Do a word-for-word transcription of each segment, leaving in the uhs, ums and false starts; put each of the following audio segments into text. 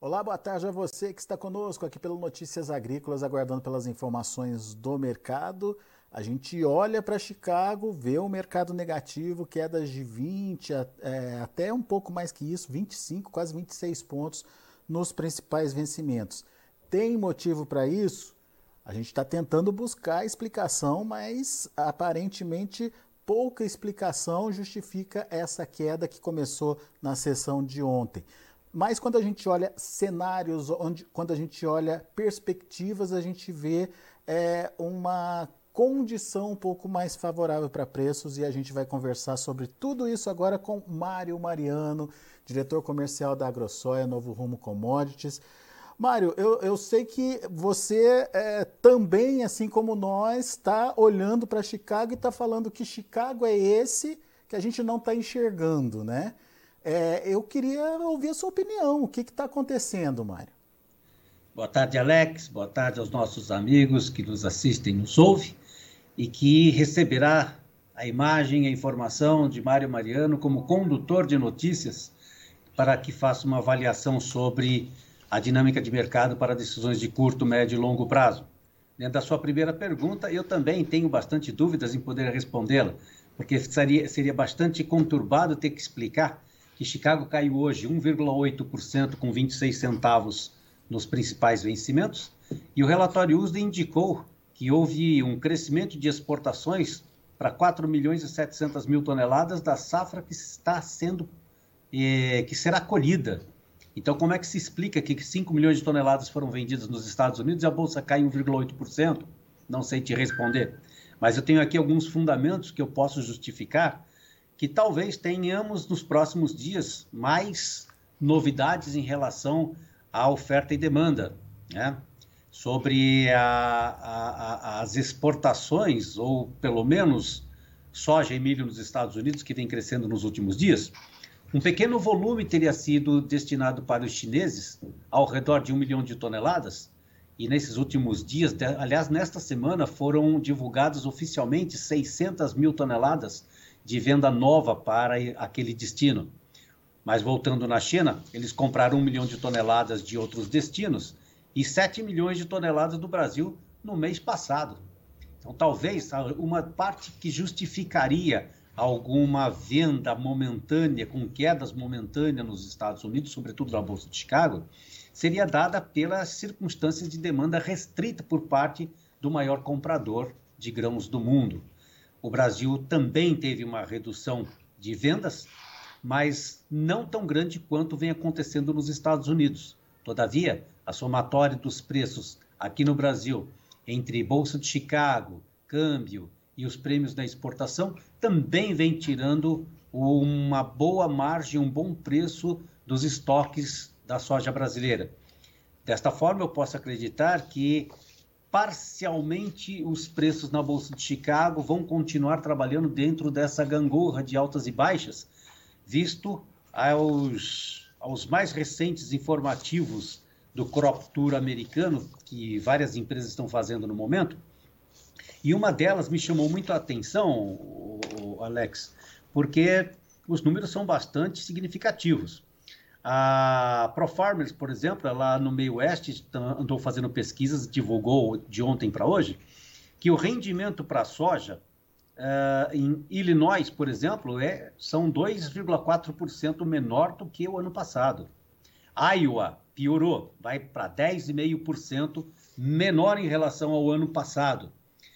Olá, boa tarde a você que está conosco aqui pelo Notícias Agrícolas, aguardando pelas informações do mercado. A gente olha para Chicago, vê o mercado negativo, quedas de vinte, é, até um pouco mais que isso, vinte e cinco, quase vinte e seis pontos nos principais vencimentos. Tem motivo para isso? A gente está tentando buscar explicação, mas aparentemente pouca explicação justifica essa queda que começou na sessão de ontem. Mas quando a gente olha cenários, onde, quando a gente olha perspectivas, a gente vê é, uma condição um pouco mais favorável para preços, e a gente vai conversar sobre tudo isso agora com Mário Mariano, diretor comercial da AgroSoia Novo Rumo Commodities. Mário, eu, eu sei que você é, também, assim como nós, está olhando para Chicago e está falando que Chicago é esse que a gente não está enxergando, né? É, eu queria ouvir a sua opinião. O que está acontecendo, Mário? Boa tarde, Alex. Boa tarde aos nossos amigos que nos assistem, nos ouvem, e que receberá a imagem e a informação de Mário Mariano como condutor de notícias para que faça uma avaliação sobre a dinâmica de mercado para decisões de curto, médio e longo prazo. Dentro da sua primeira pergunta, eu também tenho bastante dúvidas em poder respondê-la, porque seria, seria bastante conturbado ter que explicar que Chicago caiu hoje um vírgula oito por cento com vinte e seis centavos nos principais vencimentos, e o relatório U S D A indicou que houve um crescimento de exportações para quatro milhões e setecentas mil toneladas da safra que está sendo, eh, que será colhida. Então, como é que se explica que cinco milhões de toneladas foram vendidas nos Estados Unidos e a bolsa cai um vírgula oito por cento? Não sei te responder, mas eu tenho aqui alguns fundamentos que eu posso justificar que talvez tenhamos nos próximos dias mais novidades em relação à oferta e demanda, né? Sobre a, a, a, as exportações, ou pelo menos soja e milho nos Estados Unidos, que vem crescendo nos últimos dias. Um pequeno volume teria sido destinado para os chineses, ao redor de um milhão de toneladas, e nesses últimos dias, aliás, nesta semana, foram divulgados oficialmente seiscentas mil toneladas de venda nova para aquele destino. Mas voltando na China, eles compraram um milhão de toneladas de outros destinos e sete milhões de toneladas do Brasil no mês passado. Então, talvez uma parte que justificaria alguma venda momentânea, com quedas momentâneas nos Estados Unidos, sobretudo na Bolsa de Chicago, seria dada pelas circunstâncias de demanda restrita por parte do maior comprador de grãos do mundo. O Brasil também teve uma redução de vendas, mas não tão grande quanto vem acontecendo nos Estados Unidos. Todavia, a somatória dos preços aqui no Brasil, entre Bolsa de Chicago, câmbio e os prêmios da exportação, também vem tirando uma boa margem, um bom preço dos estoques da soja brasileira. Desta forma, eu posso acreditar que parcialmente os preços na Bolsa de Chicago vão continuar trabalhando dentro dessa gangorra de altas e baixas, visto aos, aos mais recentes informativos do Crop Tour americano, que várias empresas estão fazendo no momento. E uma delas me chamou muito a atenção, Alex, porque os números são bastante significativos. A ProFarmers, por exemplo, lá no meio oeste, andou fazendo pesquisas, divulgou de ontem para hoje, que o rendimento para a soja uh, em Illinois, por exemplo, é, são dois vírgula quatro por cento menor do que o ano passado. Iowa piorou, vai para dez vírgula cinco por cento menor em relação ao ano passado.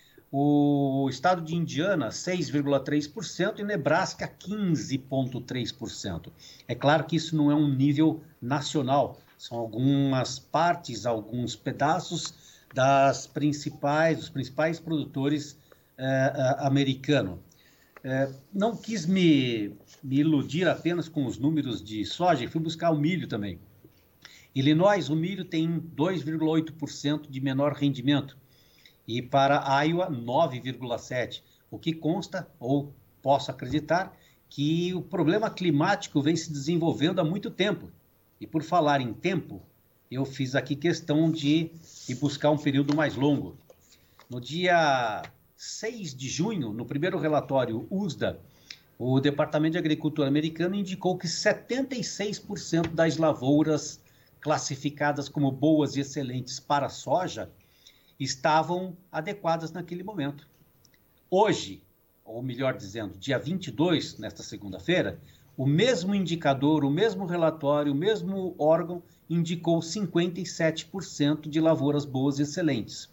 O estado de Indiana, seis vírgula três por cento, e Nebraska, quinze vírgula três por cento. É claro que isso não é um nível nacional, são algumas partes, alguns pedaços das principais, dos principais produtores eh, americanos. Eh, não quis me, me iludir apenas com os números de soja, fui buscar o milho também. Illinois, o milho tem dois vírgula oito por cento de menor rendimento. E para Iowa, nove vírgula sete por cento, o que consta, ou posso acreditar, que o problema climático vem se desenvolvendo há muito tempo. E por falar em tempo, eu fiz aqui questão de, de buscar um período mais longo. No dia seis de junho, no primeiro relatório U S D A, o Departamento de Agricultura americano indicou que setenta e seis por cento das lavouras classificadas como boas e excelentes para a soja, estavam adequadas naquele momento. Hoje, ou melhor dizendo, dia vinte e dois, nesta segunda-feira, o mesmo indicador, o mesmo relatório, o mesmo órgão indicou cinquenta e sete por cento de lavouras boas e excelentes.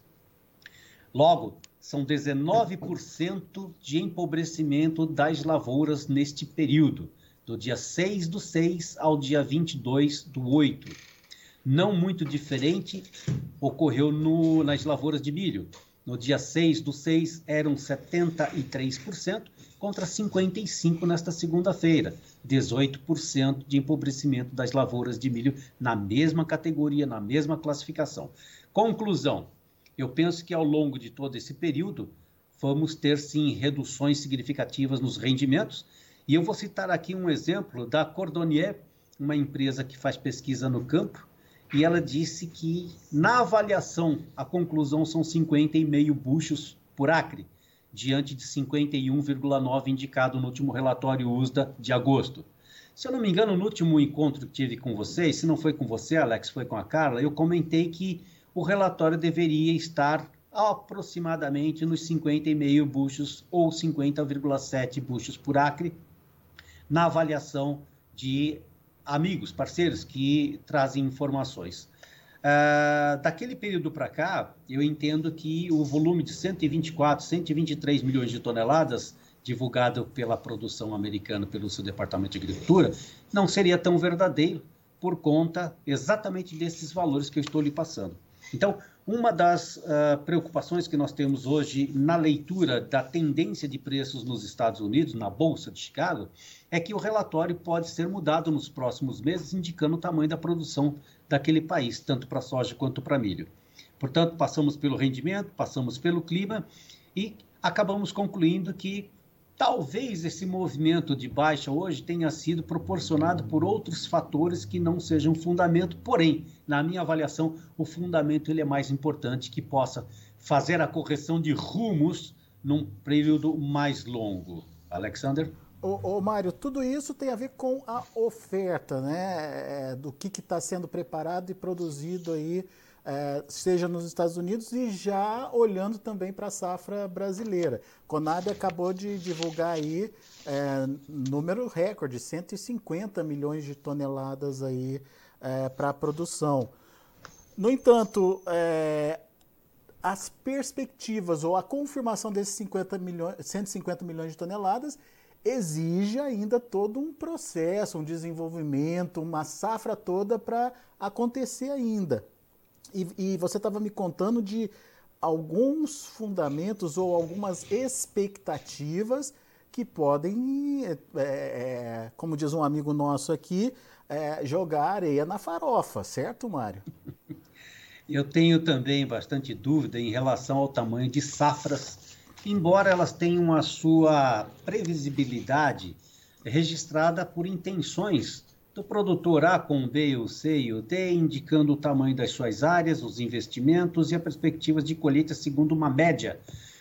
Logo, são dezenove por cento de empobrecimento das lavouras neste período, do dia seis do seis ao dia vinte e dois do oito. Não muito diferente ocorreu no, nas lavouras de milho. No dia seis do seis eram setenta e três por cento contra cinquenta e cinco por cento nesta segunda-feira. dezoito por cento de empobrecimento das lavouras de milho na mesma categoria, na mesma classificação. Conclusão, eu penso que ao longo de todo esse período vamos ter sim reduções significativas nos rendimentos. E eu vou citar aqui um exemplo da Cordonnier, uma empresa que faz pesquisa no campo, e ela disse que, na avaliação, a conclusão são cinquenta vírgula cinco buchos por acre, diante de cinquenta e um vírgula nove indicado no último relatório U S D A de agosto. Se eu não me engano, no último encontro que tive com vocês, se não foi com você, Alex, foi com a Carla, eu comentei que o relatório deveria estar aproximadamente nos cinquenta vírgula cinco buchos ou cinquenta vírgula sete buchos por acre, na avaliação de amigos, parceiros que trazem informações. Uh, daquele período para cá, eu entendo que o volume de cento e vinte e quatro, cento e vinte e três milhões de toneladas divulgado pela produção americana, pelo seu Departamento de Agricultura, não seria tão verdadeiro por conta exatamente desses valores que eu estou lhe passando. Então, uma das uh, preocupações que nós temos hoje na leitura da tendência de preços nos Estados Unidos, na Bolsa de Chicago, é que o relatório pode ser mudado nos próximos meses, indicando o tamanho da produção daquele país, tanto para soja quanto para milho. Portanto, passamos pelo rendimento, passamos pelo clima e acabamos concluindo que talvez esse movimento de baixa hoje tenha sido proporcionado por outros fatores que não sejam fundamento, porém, na minha avaliação, o fundamento ele é mais importante, que possa fazer a correção de rumos num período mais longo. Alexander? Ô, ô Mário, tudo isso tem a ver com a oferta, né? É, do que está sendo preparado e produzido aí, é, seja nos Estados Unidos e já olhando também para a safra brasileira. Conab acabou de divulgar aí é, número recorde, cento e cinquenta milhões de toneladas aí é, para a produção. No entanto, é, as perspectivas ou a confirmação desses cinquenta milhões, cento e cinquenta milhões de toneladas exige ainda todo um processo, um desenvolvimento, uma safra toda para acontecer ainda. E, e você estava me contando de alguns fundamentos ou algumas expectativas que podem, é, é, como diz um amigo nosso aqui, é, jogar areia na farofa, certo, Mário? Eu tenho também bastante dúvida em relação ao tamanho de safras, embora elas tenham a sua previsibilidade registrada por intenções do produtor A com B, ou C e o D, indicando o tamanho das suas áreas, os investimentos e as perspectivas de colheita segundo uma média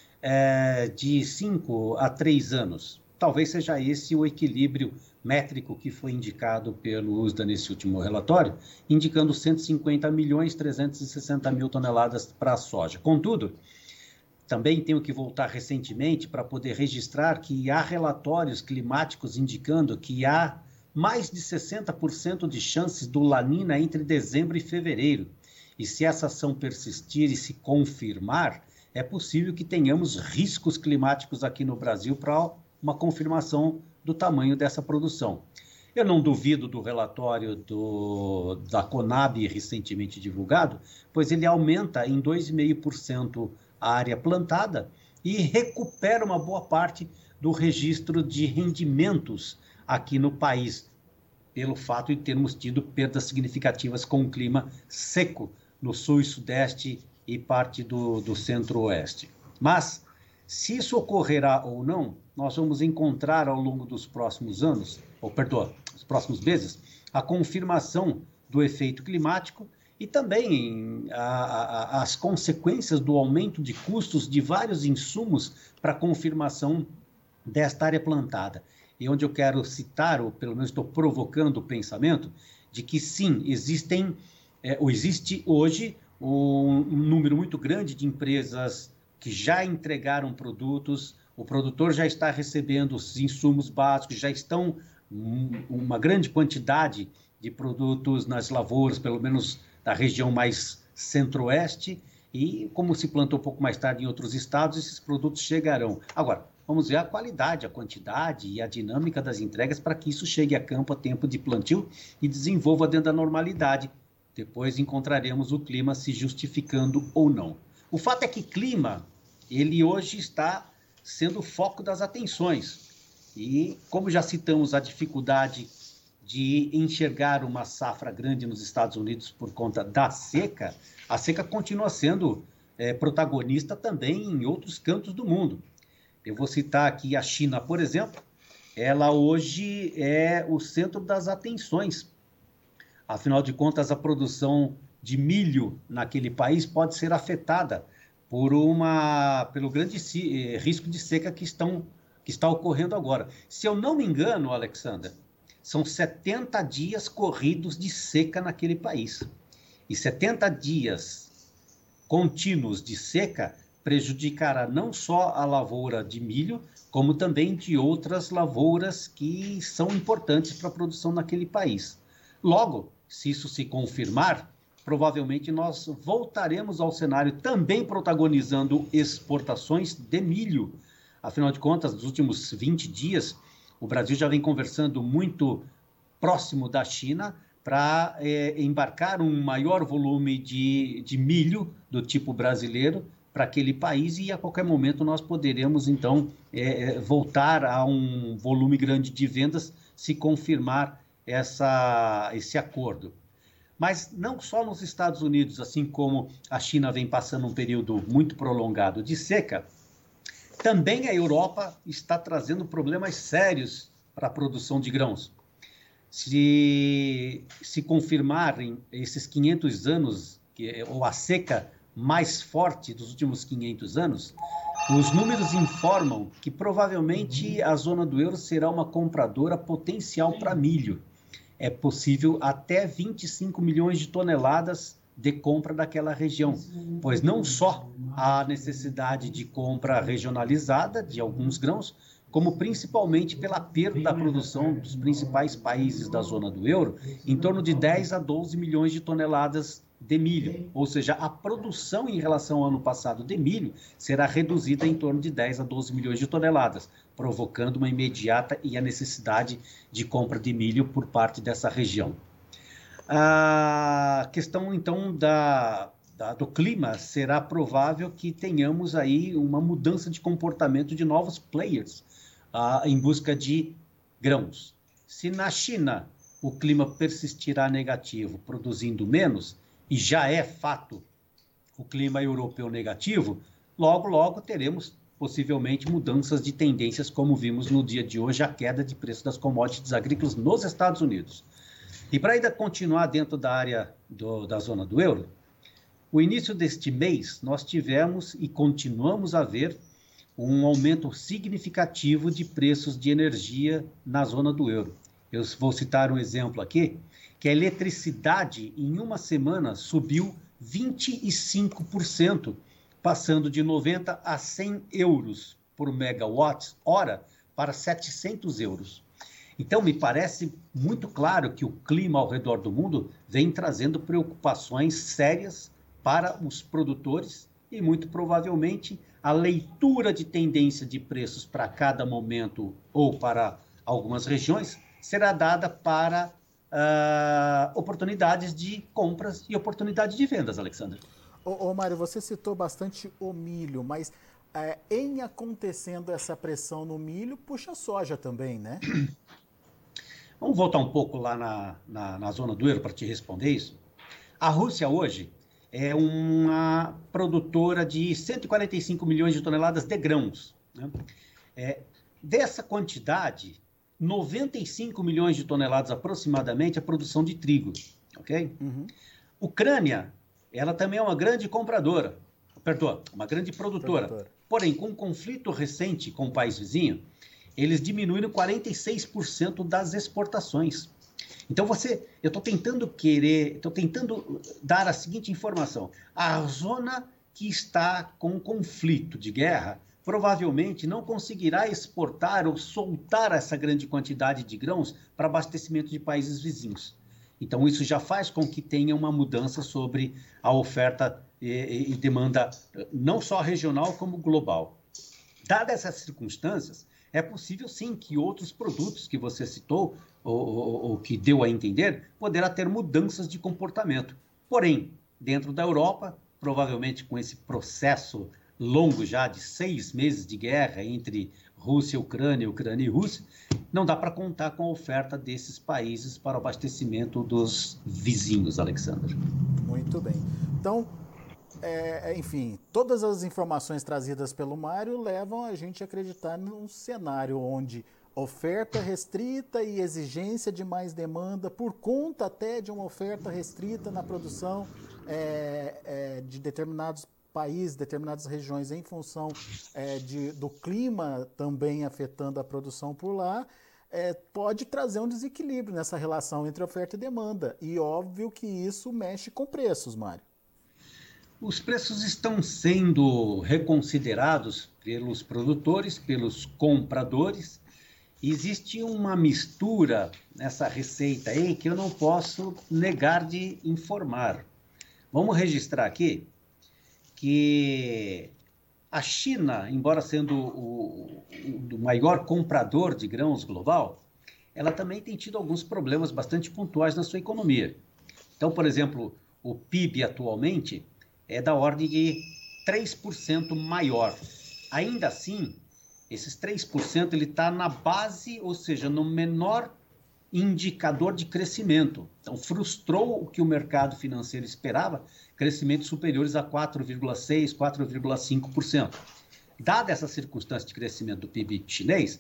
é, de cinco a três anos. Talvez seja esse o equilíbrio métrico que foi indicado pelo U S D A nesse último relatório, indicando cento e cinquenta milhões trezentos e sessenta mil toneladas para a soja. Contudo, também tenho que voltar recentemente para poder registrar que há relatórios climáticos indicando que há mais de sessenta por cento de chances do La Niña entre dezembro e fevereiro. E se essa ação persistir e se confirmar, é possível que tenhamos riscos climáticos aqui no Brasil para uma confirmação do tamanho dessa produção. Eu não duvido do relatório do, da Conab recentemente divulgado, pois ele aumenta em dois vírgula cinco por cento a área plantada e recupera uma boa parte do registro de rendimentos aqui no país, pelo fato de termos tido perdas significativas com o clima seco no sul e sudeste e parte do, do centro-oeste. Mas, se isso ocorrerá ou não, nós vamos encontrar ao longo dos próximos anos, ou perdão, os próximos meses, a confirmação do efeito climático e também a, a, as consequências do aumento de custos de vários insumos para a confirmação desta área plantada. E onde eu quero citar, ou pelo menos estou provocando o pensamento, de que sim, existem é, ou existe hoje um, um número muito grande de empresas que já entregaram produtos, o produtor já está recebendo os insumos básicos, já estão um, uma grande quantidade de produtos nas lavouras, pelo menos da região mais centro-oeste, e como se plantou um pouco mais tarde em outros estados, esses produtos chegarão. Agora, vamos ver a qualidade, a quantidade e a dinâmica das entregas para que isso chegue a campo a tempo de plantio e desenvolva dentro da normalidade. Depois encontraremos o clima se justificando ou não. O fato é que clima, ele hoje está sendo o foco das atenções. E como já citamos a dificuldade de enxergar uma safra grande nos Estados Unidos por conta da seca, a seca continua sendo é, protagonista também em outros cantos do mundo. Eu vou citar aqui a China, por exemplo. Ela hoje é o centro das atenções. Afinal de contas, a produção de milho naquele país pode ser afetada por uma, pelo grande risco de seca que, estão, que está ocorrendo agora. Se eu não me engano, Alexander, são setenta dias corridos de seca naquele país. E setenta dias contínuos de seca prejudicará não só a lavoura de milho, como também de outras lavouras que são importantes para a produção naquele país. Logo, se isso se confirmar, provavelmente nós voltaremos ao cenário também protagonizando exportações de milho. Afinal de contas, nos últimos vinte dias, o Brasil já vem conversando muito próximo da China para é, embarcar um maior volume de, de milho do tipo brasileiro para aquele país e a qualquer momento nós poderemos, então, é, voltar a um volume grande de vendas se confirmar essa, esse acordo. Mas não só nos Estados Unidos, assim como a China vem passando um período muito prolongado de seca, também a Europa está trazendo problemas sérios para a produção de grãos. Se, se confirmarem esses quinhentos anos, que, ou a seca mais forte dos últimos quinhentos anos, os números informam que provavelmente a zona do euro será uma compradora potencial para milho. É possível até vinte e cinco milhões de toneladas de compra daquela região, pois não só há necessidade de compra regionalizada de alguns grãos, como principalmente pela perda da produção dos principais países da zona do euro, em torno de dez a doze milhões de toneladas de milho, ou seja, a produção em relação ao ano passado de milho será reduzida em torno de dez a doze milhões de toneladas, provocando uma imediata e a necessidade de compra de milho por parte dessa região. A questão, então, da, da, do clima, será provável que tenhamos aí uma mudança de comportamento de novos players uh, em busca de grãos. Se na China o clima persistirá negativo, produzindo menos, e já é fato o clima europeu negativo, logo, logo teremos possivelmente mudanças de tendências, como vimos no dia de hoje, a queda de preço das commodities agrícolas nos Estados Unidos. E para ainda continuar dentro da área do, da zona do euro, o início deste mês nós tivemos e continuamos a ver um aumento significativo de preços de energia na zona do euro. Eu vou citar um exemplo aqui, que a eletricidade em uma semana subiu vinte e cinco por cento, passando de noventa a cem euros por megawatt hora para setecentos euros. Então, me parece muito claro que o clima ao redor do mundo vem trazendo preocupações sérias para os produtores e, muito provavelmente, a leitura de tendência de preços para cada momento ou para algumas regiões será dada para uh, oportunidades de compras e oportunidade de vendas, Alexandre. Ô, ô Mário, você citou bastante o milho, mas é, em acontecendo essa pressão no milho, puxa a soja também, né? Vamos voltar um pouco lá na, na, na zona do euro para te responder isso. A Rússia hoje é uma produtora de cento e quarenta e cinco milhões de toneladas de grãos, né? É, dessa quantidade, noventa e cinco milhões de toneladas aproximadamente é produção de trigo, ok? Uhum. Ucrânia, ela também é uma grande compradora, perdoa, uma grande produtora. produtora. Porém, com um conflito recente com o país vizinho, eles diminuíram quarenta e seis por cento das exportações. Então, você, eu estou tentando querer, estou tentando dar a seguinte informação. A zona que está com conflito de guerra provavelmente não conseguirá exportar ou soltar essa grande quantidade de grãos para abastecimento de países vizinhos. Então, isso já faz com que tenha uma mudança sobre a oferta e, e demanda não só regional, como global. Dadas essas circunstâncias, é possível sim que outros produtos que você citou, ou, ou, ou que deu a entender, poderá ter mudanças de comportamento. Porém, dentro da Europa, provavelmente com esse processo longo já de seis meses de guerra entre Rússia, Ucrânia, Ucrânia e Rússia, não dá para contar com a oferta desses países para o abastecimento dos vizinhos, Alexandre. Muito bem. Então, é, enfim, todas as informações trazidas pelo Mário levam a gente a acreditar num cenário onde oferta restrita e exigência de mais demanda por conta até de uma oferta restrita na produção é, é, de determinados países, determinadas regiões em função é, de, do clima também afetando a produção por lá, é, pode trazer um desequilíbrio nessa relação entre oferta e demanda. E óbvio que isso mexe com preços, Mário. Os preços estão sendo reconsiderados pelos produtores, pelos compradores. Existe uma mistura nessa receita aí que eu não posso negar de informar. Vamos registrar aqui que a China, embora sendo o, o maior comprador de grãos global, ela também tem tido alguns problemas bastante pontuais na sua economia. Então, por exemplo, o P I B atualmente é da ordem de três por cento maior. Ainda assim, esses três por cento ele está na base, ou seja, no menor indicador de crescimento. Então, frustrou o que o mercado financeiro esperava, crescimentos superiores a quatro vírgula seis por cento, quatro vírgula cinco por cento. Dada essa circunstância de crescimento do P I B chinês,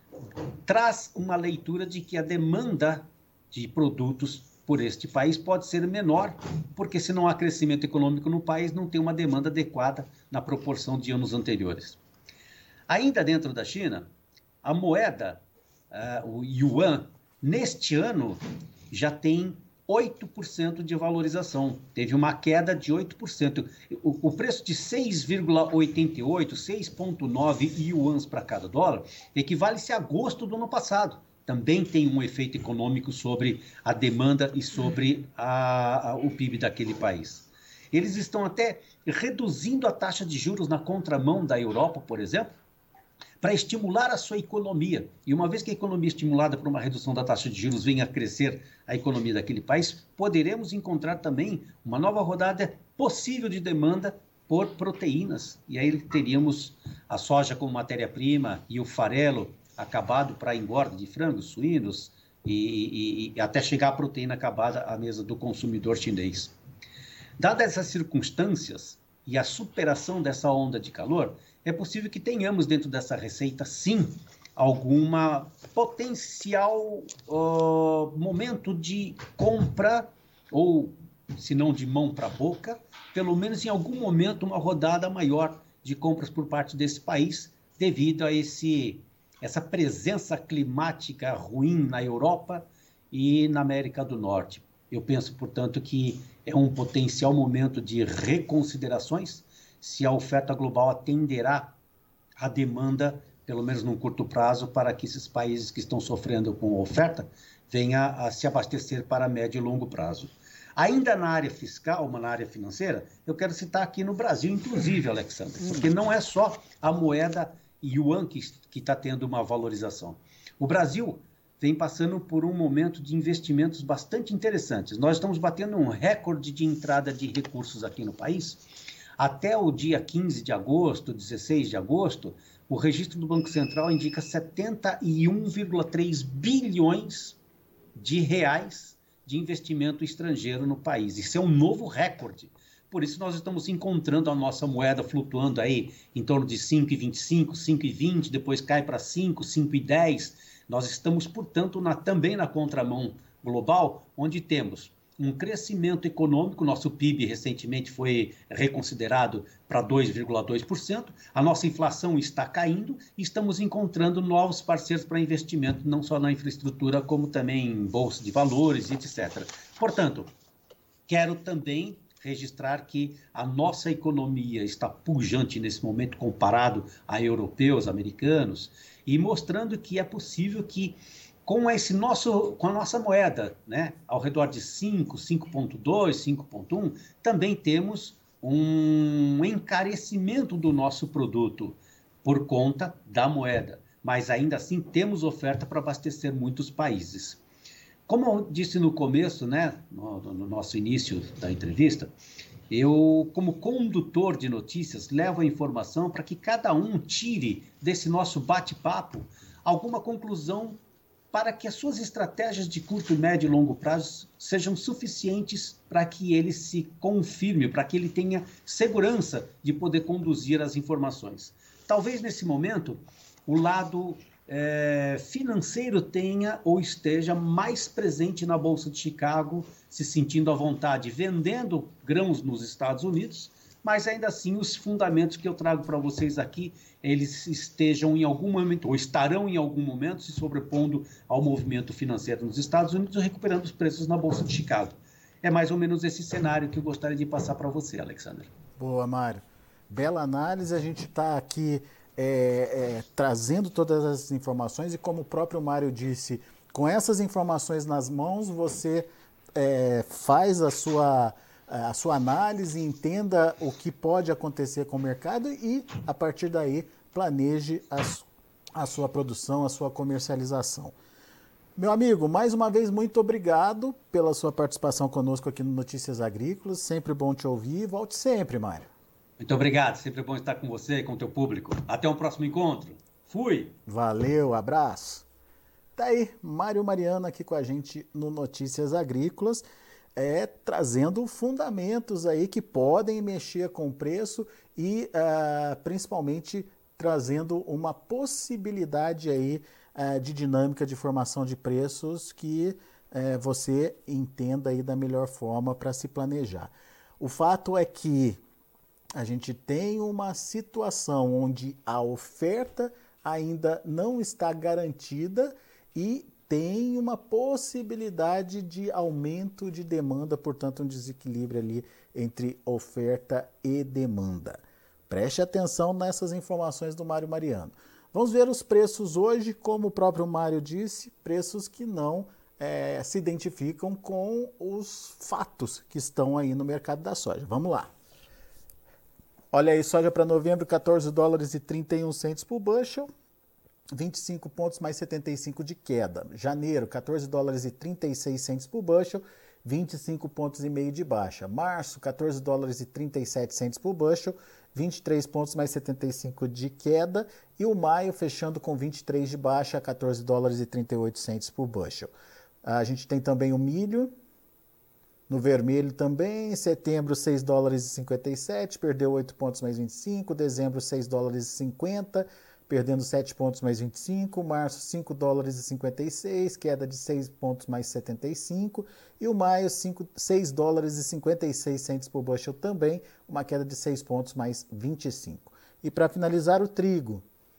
traz uma leitura de que a demanda de produtos por este país pode ser menor, porque se não há crescimento econômico no país, não tem uma demanda adequada na proporção de anos anteriores. Ainda dentro da China, a moeda, uh, o yuan, neste ano já tem oito por cento de valorização. Teve uma queda de oito por cento. O, o preço de seis vírgula oitenta e oito, seis vírgula nove yuans para cada dólar, equivale-se a agosto do ano passado. Também tem um efeito econômico sobre a demanda e sobre a, a, o P I B daquele país. Eles estão até reduzindo a taxa de juros na contramão da Europa, por exemplo, para estimular a sua economia. E uma vez que a economia estimulada por uma redução da taxa de juros venha a crescer a economia daquele país, poderemos encontrar também uma nova rodada possível de demanda por proteínas. E aí teríamos a soja como matéria-prima e o farelo acabado para engorda de frangos, suínos e, e, e até chegar a proteína acabada à mesa do consumidor chinês. Dadas essas circunstâncias e a superação dessa onda de calor, é possível que tenhamos dentro dessa receita, sim, alguma potencial uh, momento de compra, ou se não de mão para boca, pelo menos em algum momento uma rodada maior de compras por parte desse país, devido a esse, essa presença climática ruim na Europa e na América do Norte. Eu penso, portanto, que é um potencial momento de reconsiderações, se a oferta global atenderá à demanda, pelo menos num curto prazo, para que esses países que estão sofrendo com a oferta venham a se abastecer para médio e longo prazo. Ainda na área fiscal, na área financeira, eu quero citar aqui no Brasil, inclusive, Alexandre, porque não é só a moeda yuan que está tendo uma valorização. O Brasil vem passando por um momento de investimentos bastante interessantes. Nós estamos batendo um recorde de entrada de recursos aqui no país. Até o dia quinze de agosto, dezesseis de agosto, o registro do Banco Central indica setenta e um vírgula três bilhões de reais de investimento estrangeiro no país. Isso é um novo recorde. Por isso nós estamos encontrando a nossa moeda flutuando aí em torno de cinco vírgula vinte e cinco, cinco vírgula vinte, depois cai para cinco, cinco vírgula dez. Nós estamos, portanto, na, também na contramão global, onde temos um crescimento econômico. Nosso P I B recentemente foi reconsiderado para dois vírgula dois por cento, a nossa inflação está caindo e estamos encontrando novos parceiros para investimento, não só na infraestrutura, como também em bolsa de valores, etcétera. Portanto, quero também registrar que a nossa economia está pujante nesse momento comparado a europeus, americanos, e mostrando que é possível que com esse nosso, com a nossa moeda, né, ao redor de cinco, cinco vírgula dois, cinco vírgula um, também temos um encarecimento do nosso produto por conta da moeda, mas ainda assim temos oferta para abastecer muitos países. Como eu disse no começo, né, no, no nosso início da entrevista, eu, como condutor de notícias, levo a informação para que cada um tire desse nosso bate-papo alguma conclusão para que as suas estratégias de curto, médio e longo prazo sejam suficientes para que ele se confirme, para que ele tenha segurança de poder conduzir as informações. Talvez nesse momento o lado é, financeiro tenha ou esteja mais presente na Bolsa de Chicago, se sentindo à vontade, vendendo grãos nos Estados Unidos, mas ainda assim os fundamentos que eu trago para vocês aqui, eles estejam em algum momento, ou estarão em algum momento, se sobrepondo ao movimento financeiro nos Estados Unidos, recuperando os preços na Bolsa de Chicago. É mais ou menos esse cenário que eu gostaria de passar para você, Alexandre. Boa, Mário. Bela análise, a gente está aqui é, é, trazendo todas as informações e como o próprio Mário disse, com essas informações nas mãos, você é, faz a sua... a sua análise, entenda o que pode acontecer com o mercado e, a partir daí, planeje a, a sua produção, a sua comercialização. Meu amigo, mais uma vez, muito obrigado pela sua participação conosco aqui no Notícias Agrícolas. Sempre bom te ouvir. Volte sempre, Mário. Muito obrigado. Sempre bom estar com você e com o teu público. Até um próximo encontro. Fui! Valeu, abraço. Tá aí, Mário Mariano aqui com a gente no Notícias Agrícolas. É, trazendo fundamentos aí que podem mexer com o preço e uh, principalmente trazendo uma possibilidade aí uh, de dinâmica de formação de preços que uh, você entenda aí da melhor forma para se planejar. O fato é que a gente tem uma situação onde a oferta ainda não está garantida e tem uma possibilidade de aumento de demanda, portanto um desequilíbrio ali entre oferta e demanda. Preste atenção nessas informações do Mário Mariano. Vamos ver os preços hoje, como o próprio Mário disse, preços que não é, se identificam com os fatos que estão aí no mercado da soja. Vamos lá. Olha aí, soja para novembro, quatorze dólares e trinta e um centos por bushel. vinte e cinco pontos mais setenta e cinco de queda. Janeiro, quatorze dólares e trinta e seis centos por bushel, vinte e cinco pontos e meio de baixa. Março, quatorze dólares e trinta e sete centos por bushel, vinte e três pontos mais setenta e cinco de queda. E o maio fechando com vinte e três de baixa, quatorze dólares e trinta e oito centos por bushel. A gente tem também o milho, no vermelho também, setembro seis dólares e cinquenta e sete, perdeu oito pontos mais vinte e cinco, dezembro seis dólares e cinquenta, perdendo sete pontos mais vinte e cinco, março cinco dólares e cinquenta e seis, queda de seis pontos mais setenta e cinco, e o maio cinco, seis dólares e cinquenta e seis centos por bushel também, uma queda de seis pontos mais vinte e cinco. E para finalizar, o trigo.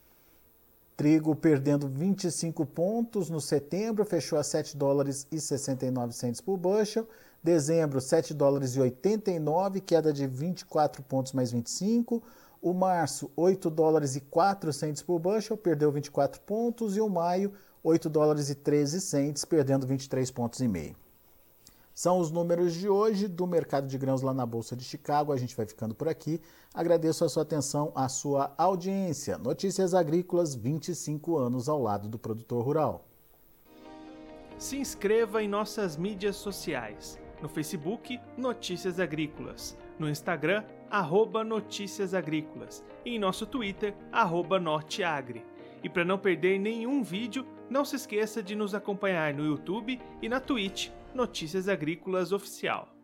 Trigo perdendo vinte e cinco pontos no setembro, fechou a sete dólares e sessenta e nove centos por bushel. Dezembro, sete dólares e oitenta e nove, queda de vinte e quatro pontos mais vinte e cinco. O março, oito dólares e quatro centos por bushel, perdeu vinte e quatro pontos. E o maio, oito dólares e treze centos, perdendo vinte e três pontos e meio. São os números de hoje do mercado de grãos lá na Bolsa de Chicago. A gente vai ficando por aqui. Agradeço a sua atenção, a sua audiência. Notícias Agrícolas, vinte e cinco anos ao lado do produtor rural. Se inscreva em nossas mídias sociais. No Facebook, Notícias Agrícolas. No Instagram, arroba Notícias Agrícolas. E em nosso Twitter, arroba Norteagri. E para não perder nenhum vídeo, não se esqueça de nos acompanhar no YouTube e na Twitch, Notícias Agrícolas Oficial.